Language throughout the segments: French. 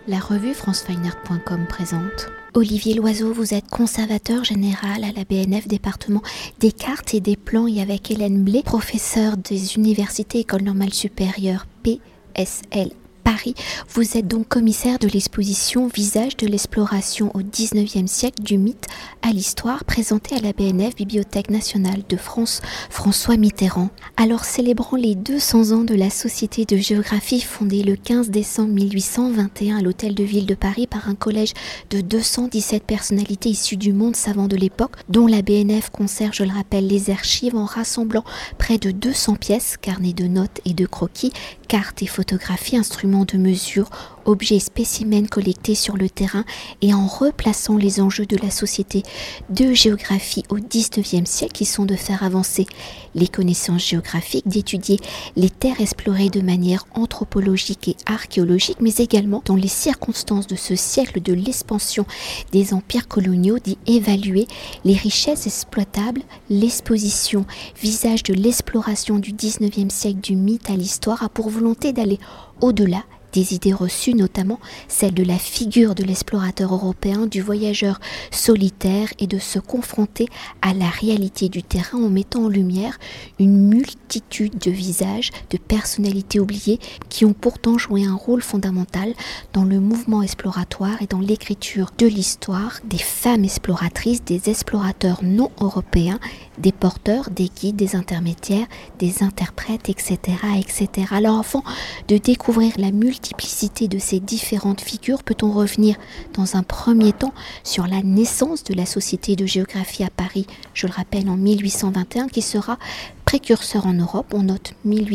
La revue francefineart.com présente. Olivier Loiseau, vous êtes conservateur général à la BNF département des cartes et des plans, et avec Hélène Blé, professeure des universités École Normale Supérieure PSL Paris, vous êtes donc commissaire de l'exposition Visage de l'exploration au XIXe siècle du mythe à l'histoire, présentée à la BNF Bibliothèque nationale de France François Mitterrand. Alors, célébrant les 200 ans de la Société de géographie fondée le 15 décembre 1821 à l'Hôtel de Ville de Paris par un collège de 217 personnalités issues du monde savant de l'époque, dont la BNF conserve, je le rappelle, les archives en rassemblant près de 200 pièces, carnets de notes et de croquis, cartes et photographies, instruments de mesure, objets et spécimens collectés sur le terrain, et en replaçant les enjeux de la société de géographie au XIXe siècle qui sont de faire avancer les connaissances géographiques, d'étudier les terres explorées de manière anthropologique et archéologique, mais également dans les circonstances de ce siècle de l'expansion des empires coloniaux, d'y évaluer les richesses exploitables. L'exposition Visage de l'exploration du XIXe siècle du mythe à l'histoire a pour volonté d'aller au-delà des idées reçues, notamment celle de la figure de l'explorateur européen, du voyageur solitaire, et de se confronter à la réalité du terrain en mettant en lumière une multitude de visages, de personnalités oubliées qui ont pourtant joué un rôle fondamental dans le mouvement exploratoire et dans l'écriture de l'histoire, des femmes exploratrices, des explorateurs non européens, des porteurs, des guides, des intermédiaires, des interprètes, etc., etc. Alors, avant de découvrir la multiplicité de ces différentes figures, peut-on revenir dans un premier temps sur la naissance de la Société de géographie à Paris, je le rappelle en 1821, qui sera précurseur en Europe. On note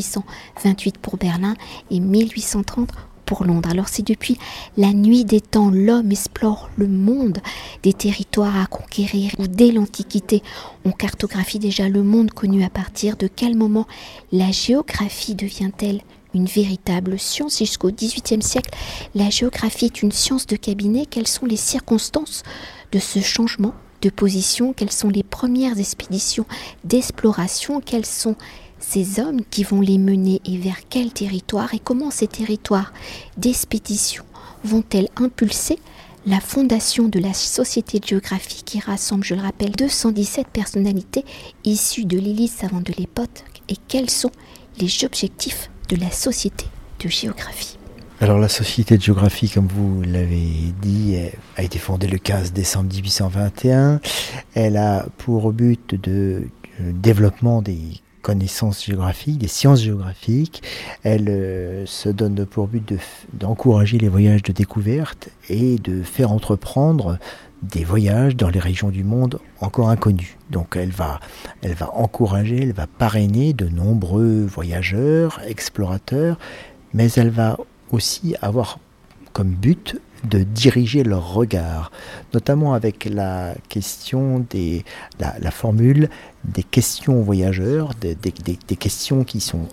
1828 pour Berlin et 1830 pour Londres. Alors, c'est depuis la nuit des temps, l'homme explore le monde, des territoires à conquérir, ou dès l'Antiquité, on cartographie déjà le monde connu. À partir de quel moment la géographie devient-elle une véritable science? Jusqu'au XVIIIe siècle, la géographie est une science de cabinet. Quelles sont les circonstances de ce changement de position? Quelles sont les premières expéditions d'exploration? Quels sont ces hommes qui vont les mener et vers quel territoire? Et comment ces territoires d'expédition vont-elles impulser la fondation de la Société de géographie qui rassemble, je le rappelle, 217 personnalités issues de l'élite savante de l'époque? Et quels sont les objectifs de la Société de géographie? Alors, la Société de géographie, comme vous l'avez dit, a été fondée le 15 décembre 1821. Elle a pour but de développement des connaissances géographiques, des sciences géographiques. Elle se donne pour but d'encourager les voyages de découverte et de faire entreprendre des voyages dans les régions du monde encore inconnues. Donc elle va encourager, elle va parrainer de nombreux voyageurs, explorateurs, mais elle va aussi avoir comme but de diriger leur regard, notamment avec la question la formule des questions aux voyageurs, des questions qui sont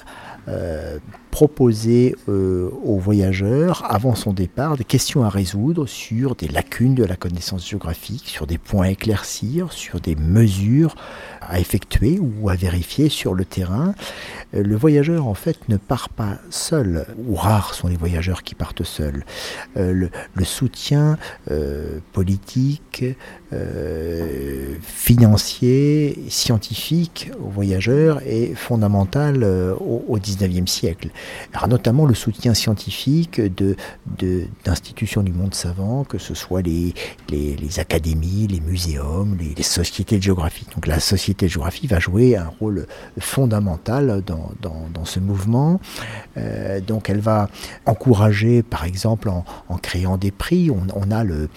proposées aux voyageurs avant son départ, des questions à résoudre sur des lacunes de la connaissance géographique, sur des points à éclaircir, sur des mesures à effectuer ou à vérifier sur le terrain. Le voyageur, en fait, ne part pas seul, ou rares sont les voyageurs qui partent seuls. Le soutien politique, financier, scientifique aux voyageurs est fondamental au XIXe siècle. Alors, notamment le soutien scientifique d'institutions du monde savant, que ce soit les académies, les muséums, les sociétés de géographie. Donc la Société de géographie va jouer un rôle fondamental dans ce mouvement. Donc elle va encourager, par exemple, en créant des prix. On a le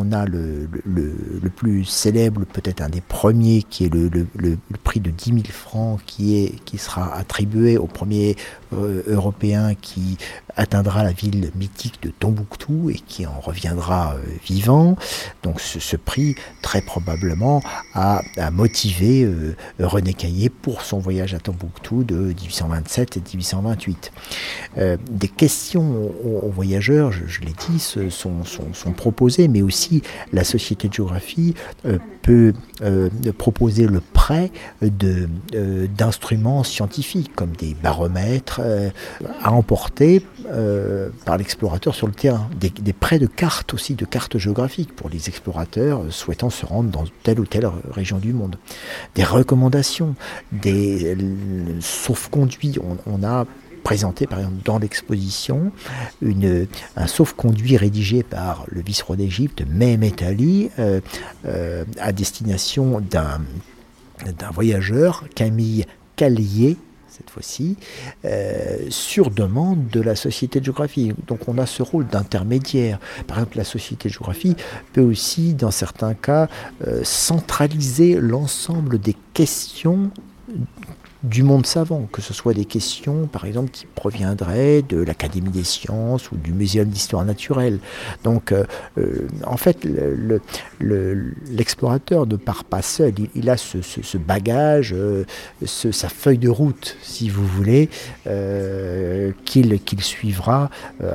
plus célèbre, peut-être un des premiers, qui est le prix de 10 000 francs qui sera attribué au premier européen qui atteindra la ville mythique de Tombouctou et qui en reviendra vivant. Donc ce prix, très probablement, a motivé René Caillé pour son voyage à Tombouctou de 1827 et 1828. Des questions aux voyageurs, je l'ai dit, sont proposées, mais aussi la Société de géographie peut proposer le prêt d'instruments scientifiques comme des baromètres, être à emporter par l'explorateur sur le terrain. Des prêts de cartes aussi, de cartes géographiques pour les explorateurs souhaitant se rendre dans telle ou telle région du monde. Des recommandations, des sauf-conduits. On a présenté par exemple dans l'exposition un sauf-conduit rédigé par le vice-roi d'Égypte, Mehmet Ali, à destination d'un voyageur, Camille Callier, cette fois-ci, sur demande de la Société de géographie. Donc on a ce rôle d'intermédiaire. Par exemple, la Société de géographie peut aussi, dans certains cas, centraliser l'ensemble des questions du monde savant, que ce soit des questions, par exemple, qui proviendraient de l'Académie des sciences ou du Muséum d'histoire naturelle. Donc, en fait, l'explorateur ne part pas seul. Il a ce bagage, sa feuille de route, si vous voulez, qu'il suivra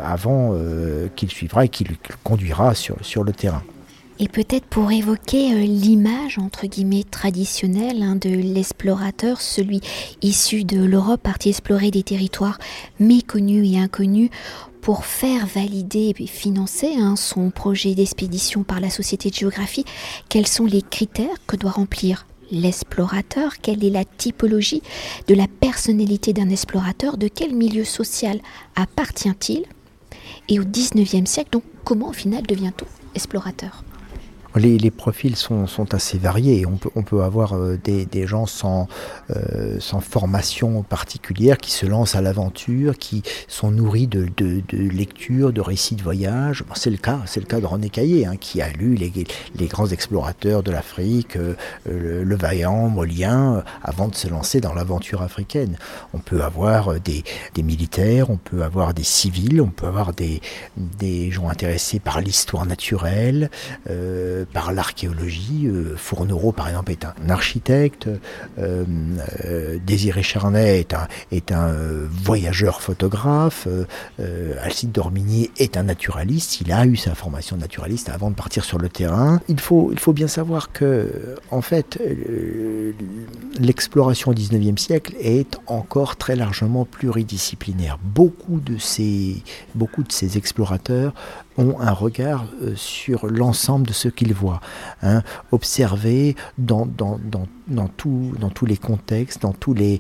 et qu'il conduira sur le terrain. Et peut-être pour évoquer l'image, entre guillemets, traditionnelle de l'explorateur, celui issu de l'Europe, parti explorer des territoires méconnus et inconnus, pour faire valider et financer son projet d'expédition par la Société de géographie, quels sont les critères que doit remplir l'explorateur? Quelle est la typologie de la personnalité d'un explorateur? De quel milieu social appartient-il? Et au XIXe siècle, donc, comment au final devient-on explorateur? Les profils sont assez variés. On peut avoir des gens sans formation particulière qui se lancent à l'aventure, qui sont nourris de lectures, de récits de voyage. Bon, c'est le cas de René Caillé, qui a lu les grands explorateurs de l'Afrique, le vaillant Molien, avant de se lancer dans l'aventure africaine. On peut avoir des militaires, on peut avoir des civils, on peut avoir des gens intéressés par l'histoire naturelle, par l'archéologie. Fournereau, par exemple, est un architecte. Désiré Charnay est un voyageur photographe. Alcide Dormigny est un naturaliste. Il a eu sa formation de naturaliste avant de partir sur le terrain. Il faut bien savoir que, en fait, l'exploration au XIXe siècle est encore très largement pluridisciplinaire. Beaucoup de ces explorateurs ont un regard sur l'ensemble de ce qu'ils voient. Observer dans tous les contextes, dans tous les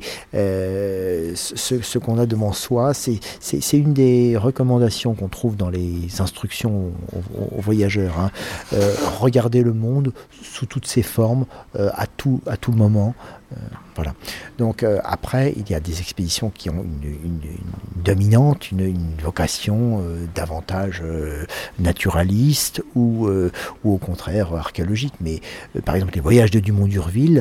ce qu'on a devant soi, c'est une des recommandations qu'on trouve dans les instructions aux voyageurs. Regarder le monde sous toutes ses formes, à tout moment. Voilà. Donc après, il y a des expéditions qui ont une dominante, une vocation davantage naturaliste ou au contraire archéologique. Mais par exemple, les voyages de Dumont d'Urville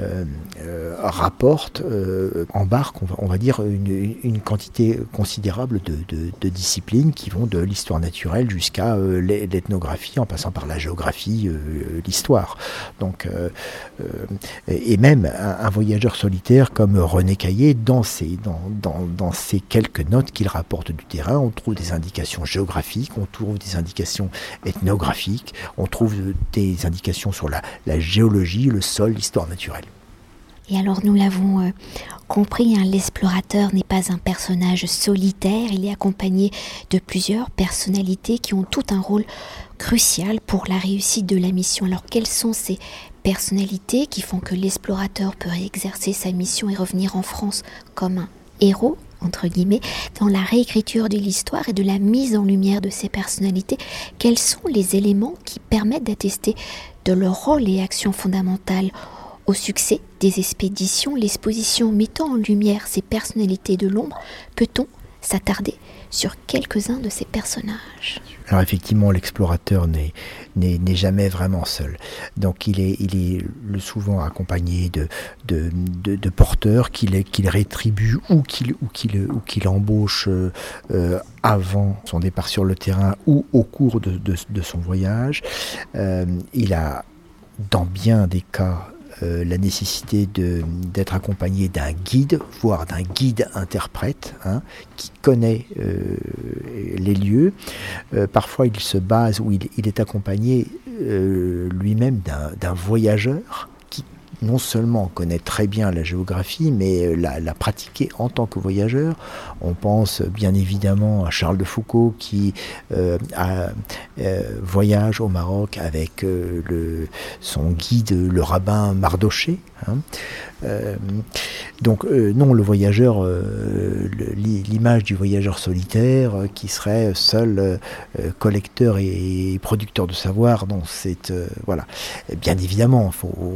embarquent, on va dire, une quantité considérable de disciplines qui vont de l'histoire naturelle jusqu'à l'ethnographie, en passant par la géographie, l'histoire. Donc, et même un voyageur solitaire comme René Caillé, dans ces quelques notes qu'il rapporte du terrain, on trouve des indications géographiques, on trouve des indications ethnographiques, on trouve des indications sur la géologie, le sol, l'histoire naturelle. Et alors nous l'avons compris, l'explorateur n'est pas un personnage solitaire, il est accompagné de plusieurs personnalités qui ont tout un rôle crucial pour la réussite de la mission. Alors quelles sont ces personnalités qui font que l'explorateur peut exercer sa mission et revenir en France comme un héros, entre guillemets, dans la réécriture de l'histoire et de la mise en lumière de ces personnalités? Quels sont les éléments qui permettent d'attester de leur rôle et action fondamentale au succès des expéditions? L'exposition mettant en lumière ces personnalités de l'ombre, peut-on s'attarder sur quelques-uns de ces personnages? Alors effectivement, l'explorateur n'est jamais vraiment seul. Donc il est le souvent accompagné de porteurs qu'il rétribue ou qu'il embauche avant son départ sur le terrain ou au cours de son voyage. Il a, dans bien des cas, la nécessité d'être accompagné d'un guide, voire d'un guide interprète, qui connaît les lieux. Parfois, il se base ou il est accompagné lui-même d'un voyageur non seulement connaître très bien la géographie, mais la pratiquer en tant que voyageur. On pense bien évidemment à Charles de Foucault qui voyage au Maroc avec son guide, le rabbin Mardoché. Donc non, le voyageur, l'image du voyageur solitaire qui serait seul collecteur et producteur de savoir, non, c'est voilà. Bien évidemment,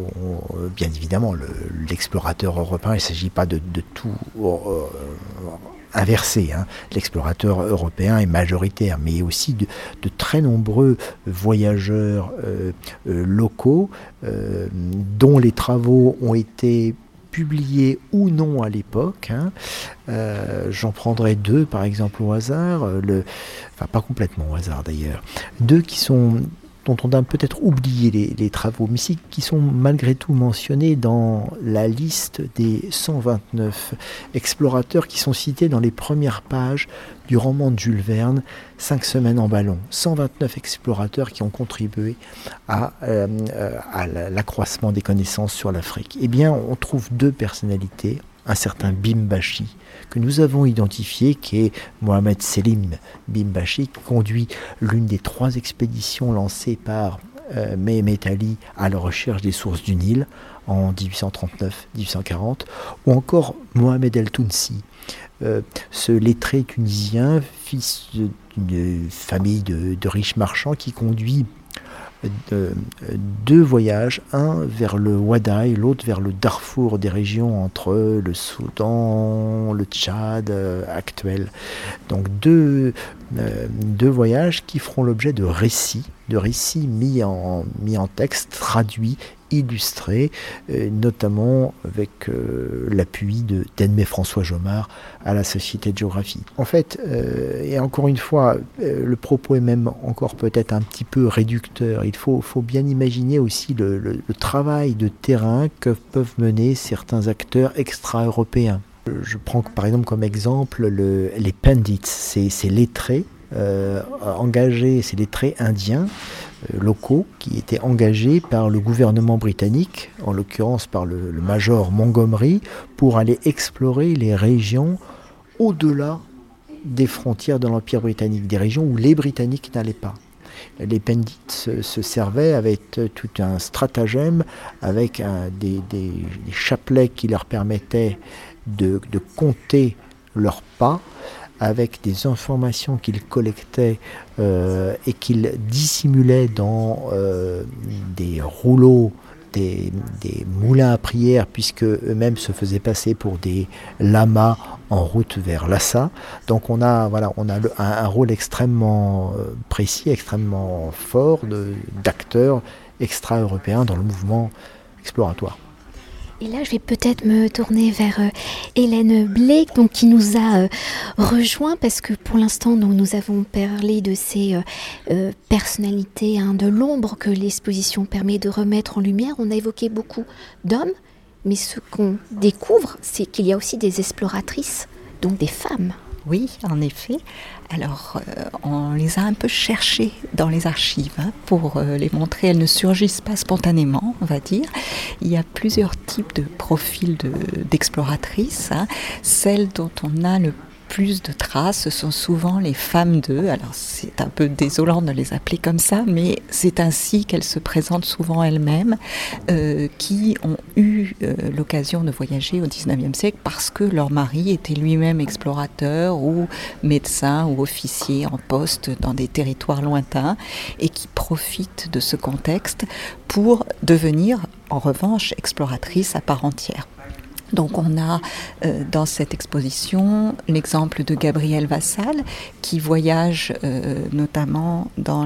l'explorateur européen, il ne s'agit pas de tout inversé. L'explorateur européen est majoritaire, mais aussi de très nombreux voyageurs locaux dont les travaux ont été publiés ou non à l'époque. J'en prendrai deux par exemple au hasard, enfin pas complètement au hasard d'ailleurs, deux dont on a peut-être oublié les travaux, mais qui sont malgré tout mentionnés dans la liste des 129 explorateurs qui sont cités dans les premières pages du roman de Jules Verne, 5 semaines en ballon. 129 explorateurs qui ont contribué à l'accroissement des connaissances sur l'Afrique. Eh bien, on trouve deux personnalités, un certain Bimbashi, que nous avons identifié, qui est Mohamed Selim Bimbashi, qui conduit l'une des 3 expéditions lancées par Mehemet Ali à la recherche des sources du Nil en 1839-1840, ou encore Mohamed El Tounsi, ce lettré tunisien, fils d'une famille de riches marchands, qui conduit deux voyages, un vers le Wadaï, l'autre vers le Darfour, des régions entre le Soudan, le Tchad actuel. Donc deux voyages qui feront l'objet de récits mis en texte, traduits, illustrés, notamment avec l'appui d'Edmé François Jomard à la Société de géographie. En fait, et encore une fois, le propos est même encore peut-être un petit peu réducteur. Il faut bien imaginer aussi le travail de terrain que peuvent mener certains acteurs extra-européens. Je prends par exemple comme exemple les Pandits, ces lettrés engagés, ces lettrés indiens locaux qui étaient engagés par le gouvernement britannique, en l'occurrence par le major Montgomery, pour aller explorer les régions au-delà des frontières de l'Empire britannique, des régions où les Britanniques n'allaient pas. Les Pandits se servaient avec tout un stratagème, avec des chapelets qui leur permettaient de compter leurs pas, avec des informations qu'ils collectaient et qu'ils dissimulaient dans des rouleaux, des moulins à prière, puisque eux-mêmes se faisaient passer pour des lamas en route vers Lhasa. Donc on a un rôle extrêmement précis, extrêmement fort d'acteurs extra-européens dans le mouvement exploratoire. Et là, je vais peut-être me tourner vers Hélène Blé, donc, qui nous a rejoint, parce que pour l'instant, nous avons parlé de ces personnalités de l'ombre que l'exposition permet de remettre en lumière. On a évoqué beaucoup d'hommes, mais ce qu'on découvre, c'est qu'il y a aussi des exploratrices, donc des femmes. Oui, en effet. Alors, on les a un peu cherchées dans les archives pour les montrer. Elles ne surgissent pas spontanément, on va dire. Il y a plusieurs types de profils d'exploratrices. Celles dont on a le plus de traces, ce sont souvent les femmes d'eux. Alors, c'est un peu désolant de les appeler comme ça, mais c'est ainsi qu'elles se présentent souvent elles-mêmes, qui ont eu l'occasion de voyager au XIXe siècle parce que leur mari était lui-même explorateur ou médecin ou officier en poste dans des territoires lointains et qui profitent de ce contexte pour devenir, en revanche, exploratrices à part entière. Donc on a dans cette exposition l'exemple de Gabrielle Vassal qui voyage notamment dans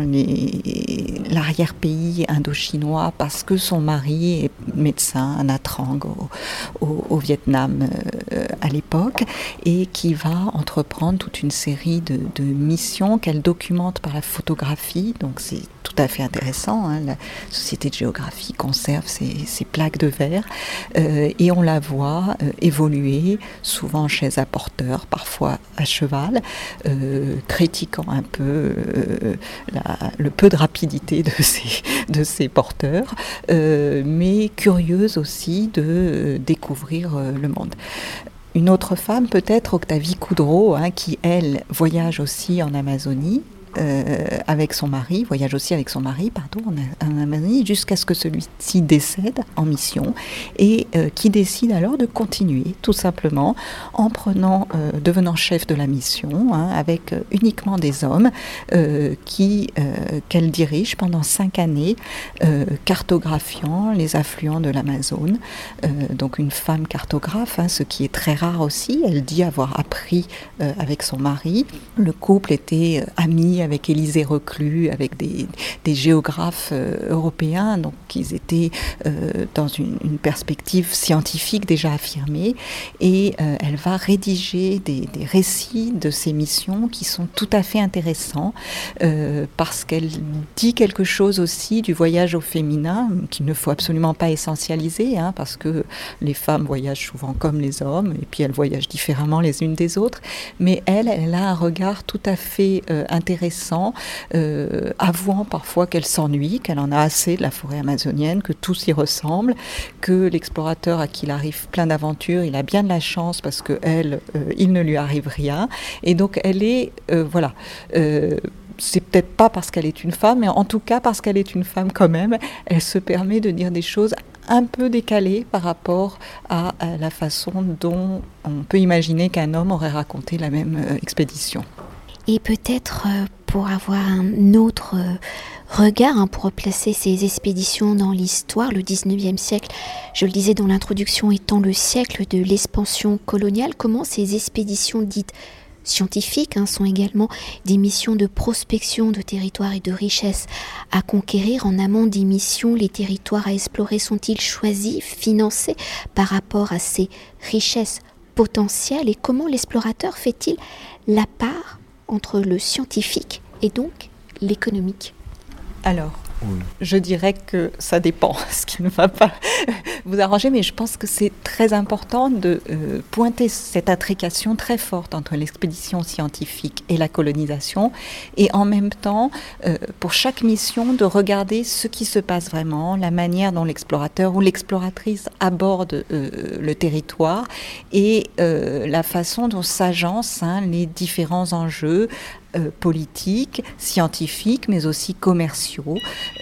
l'arrière-pays indo-chinois parce que son mari est médecin à Nha Trang au Vietnam à l'époque et qui va entreprendre toute une série de missions qu'elle documente par la photographie. Donc c'est tout à fait intéressant. La Société de géographie conserve ces plaques de verre et on la voit évoluer, souvent en chaise à porteur, parfois à cheval, critiquant un peu le peu de rapidité de ces porteurs, mais curieuse aussi de découvrir le monde. Une autre femme, peut-être Octavie Coudreau, qui, elle, voyage aussi en Amazonie, voyage aussi avec son mari, en Amazonie, jusqu'à ce que celui-ci décède en mission, et qui décide alors de continuer, tout simplement, en devenant chef de la mission, avec uniquement des hommes, qu'elle dirige pendant 5 années, cartographiant les affluents de l'Amazone. Donc une femme cartographe, ce qui est très rare aussi. Elle dit avoir appris avec son mari. Le couple était ami avec Élisée Reclus, avec des géographes européens, donc ils étaient dans une perspective scientifique déjà affirmée, et elle va rédiger des récits de ces missions qui sont tout à fait intéressants, parce qu'elle dit quelque chose aussi du voyage au féminin, qu'il ne faut absolument pas essentialiser, parce que les femmes voyagent souvent comme les hommes, et puis elles voyagent différemment les unes des autres, mais elle a un regard tout à fait intéressant, avouant parfois qu'elle s'ennuie, qu'elle en a assez de la forêt amazonienne, que tout s'y ressemble, que l'explorateur à qui il arrive plein d'aventures, il a bien de la chance parce que il ne lui arrive rien. Et donc elle est, c'est peut-être pas parce qu'elle est une femme, mais en tout cas parce qu'elle est une femme quand même, elle se permet de dire des choses un peu décalées par rapport à la façon dont on peut imaginer qu'un homme aurait raconté la même expédition. Et peut-être pour avoir un autre regard, pour replacer ces expéditions dans l'histoire, le 19e siècle, je le disais dans l'introduction, étant le siècle de l'expansion coloniale, comment ces expéditions dites scientifiques sont également des missions de prospection de territoires et de richesses à conquérir. En amont des missions, les territoires à explorer sont-ils choisis, financés par rapport à ces richesses potentielles, et comment l'explorateur fait-il la part entre le scientifique et donc l'économique? Alors, je dirais que ça dépend, ce qui ne va pas vous arranger, mais je pense que c'est très important de pointer cette intrication très forte entre l'expédition scientifique et la colonisation, et en même temps, pour chaque mission, de regarder ce qui se passe vraiment, la manière dont l'explorateur ou l'exploratrice aborde le territoire, et la façon dont s'agencent les différents enjeux politiques, scientifiques, mais aussi commerciaux.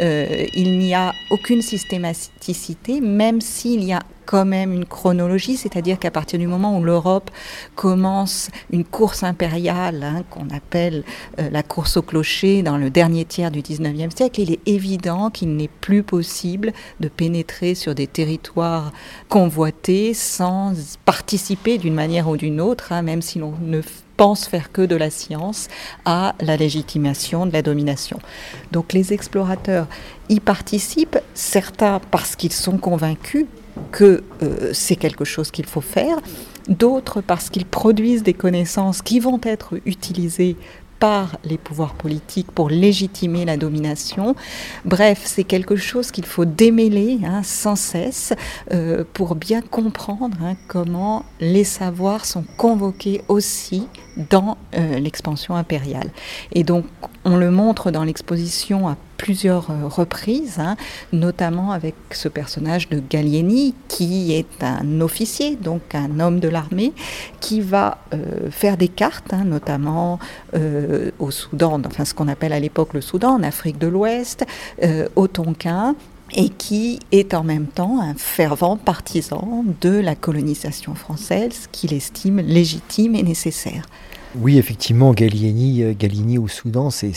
Il n'y a aucune systématicité, même s'il y a quand même une chronologie, c'est-à-dire qu'à partir du moment où l'Europe commence une course impériale, qu'on appelle la course au clocher dans le dernier tiers du 19e siècle, il est évident qu'il n'est plus possible de pénétrer sur des territoires convoités sans participer d'une manière ou d'une autre, même si l'on ne pense faire que de la science, à la légitimation de la domination. Donc les explorateurs y participent, certains parce qu'ils sont convaincus que c'est quelque chose qu'il faut faire, d'autres parce qu'ils produisent des connaissances qui vont être utilisées par les pouvoirs politiques pour légitimer la domination. Bref, c'est quelque chose qu'il faut démêler sans cesse pour bien comprendre comment les savoirs sont convoqués aussi dans l'expansion impériale. Et donc, on le montre dans l'exposition à plusieurs reprises, notamment avec ce personnage de Gallieni, qui est un officier, donc un homme de l'armée, qui va faire des cartes, notamment au Soudan, enfin ce qu'on appelle à l'époque le Soudan, en Afrique de l'Ouest, au Tonkin, et qui est en même temps un fervent partisan de la colonisation française, qu'il estime légitime et nécessaire. Oui, effectivement, Gallieni au Soudan, c'est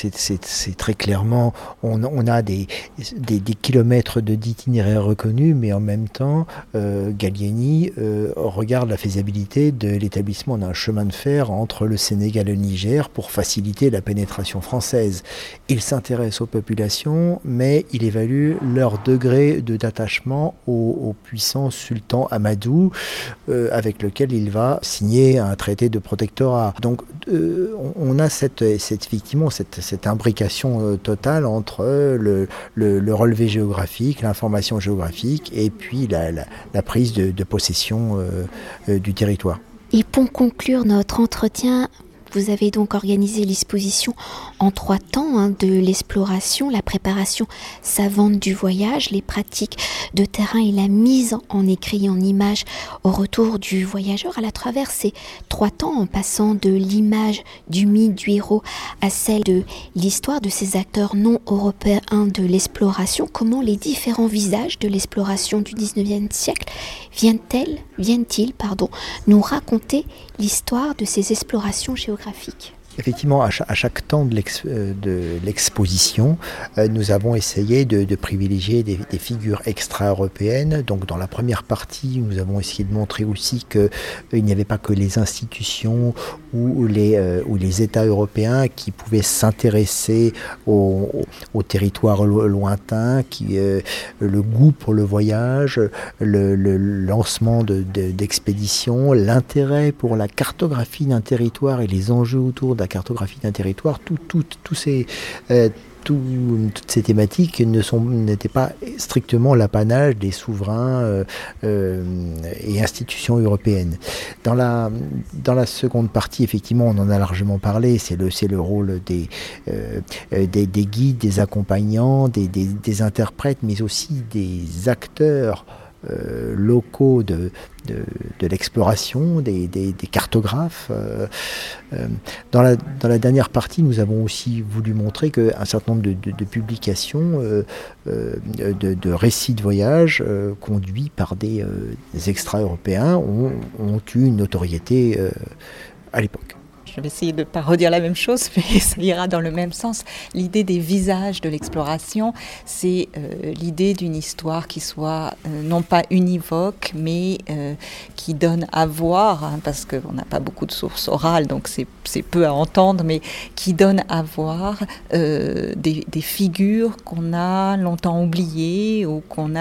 très clairement, on a des kilomètres d'itinéraire reconnus, mais en même temps, Gallieni regarde la faisabilité de l'établissement d'un chemin de fer entre le Sénégal et le Niger pour faciliter la pénétration française. Il s'intéresse aux populations, mais il évalue leur degré d'attachement au puissant sultan Amadou, avec lequel il va signer un traité de protectorat. pas. Donc on a effectivement cette imbrication totale entre le relevé géographique, l'information géographique et puis la prise de possession du territoire. Et pour conclure notre entretien, vous avez donc organisé l'exposition en 3 temps, de l'exploration, la préparation savante du voyage, les pratiques de terrain et la mise en écrit et en image au retour du voyageur. À travers ces 3 temps, en passant de l'image du mythe du héros à celle de l'histoire de ces acteurs non européens de l'exploration, comment les différents visages de l'exploration du 19e siècle viennent-ils nous raconter l'histoire de ces explorations géographiques? Effectivement, à chaque temps de l'exposition, nous avons essayé de privilégier des figures extra-européennes. Donc dans la première partie, nous avons essayé de montrer aussi qu'il n'y avait pas que les institutions ou les États européens qui pouvaient s'intéresser au territoire lointain, le goût pour le voyage, le lancement d'expéditions, l'intérêt pour la cartographie d'un territoire et les enjeux autour de la cartographie d'un territoire, toutes ces thématiques n'étaient pas strictement l'apanage des souverains et institutions européennes. Dans la seconde partie, effectivement, on en a largement parlé, c'est le rôle des guides, des accompagnants, des interprètes, mais aussi des acteurs locaux de l'exploration, des cartographes. Dans la dernière partie, nous avons aussi voulu montrer qu'un certain nombre de publications, de récits de voyage conduits par des extra-européens ont eu une notoriété à l'époque. Je vais essayer de ne pas redire la même chose, mais ça ira dans le même sens. L'idée des visages de l'exploration, c'est l'idée d'une histoire qui soit non pas univoque, mais qui donne à voir, parce qu'on n'a pas beaucoup de sources orales, donc c'est peu à entendre, mais qui donne à voir des figures qu'on a longtemps oubliées ou on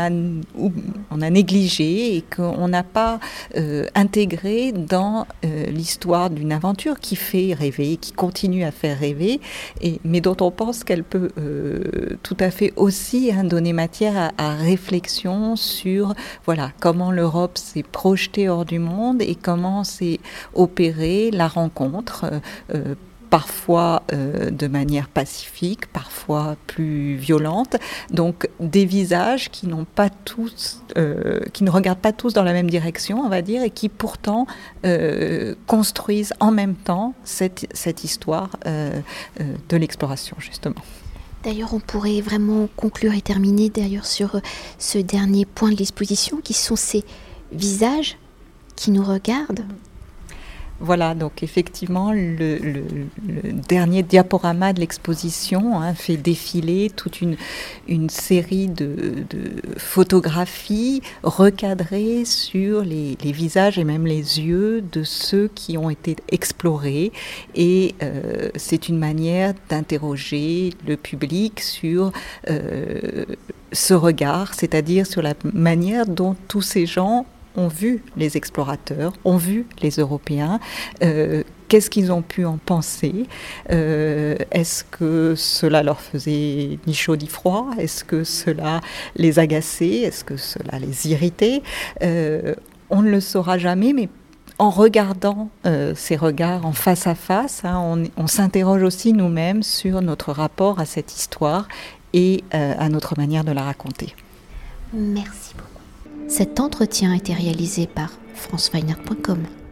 a négligées et qu'on n'a pas intégrées dans l'histoire d'une aventure qui fait rêver, qui continue à faire rêver, mais dont on pense qu'elle peut tout à fait aussi donner matière à réflexion sur comment l'Europe s'est projetée hors du monde et comment s'est opérée la rencontre, parfois de manière pacifique, parfois plus violente. Donc des visages qui n'ont pas tous, qui ne regardent pas tous dans la même direction, on va dire, et qui pourtant construisent en même temps cette histoire de l'exploration, justement. D'ailleurs, on pourrait vraiment conclure et terminer d'ailleurs sur ce dernier point de l'exposition, qui sont ces visages qui nous regardent. Voilà, donc effectivement, le dernier diaporama de l'exposition fait défiler toute une série de photographies recadrées sur les visages et même les yeux de ceux qui ont été explorés. Et c'est une manière d'interroger le public sur ce regard, c'est-à-dire sur la manière dont tous ces gens ont vu les explorateurs, ont vu les Européens. Qu'est-ce qu'ils ont pu en penser? Est-ce que cela leur faisait ni chaud ni froid? Est-ce que cela les agaçait? Est-ce que cela les irritait? On ne le saura jamais, mais en regardant ces regards en face à face, on s'interroge aussi nous-mêmes sur notre rapport à cette histoire et à notre manière de la raconter. Merci beaucoup. Cet entretien a été réalisé par franceweiner.com.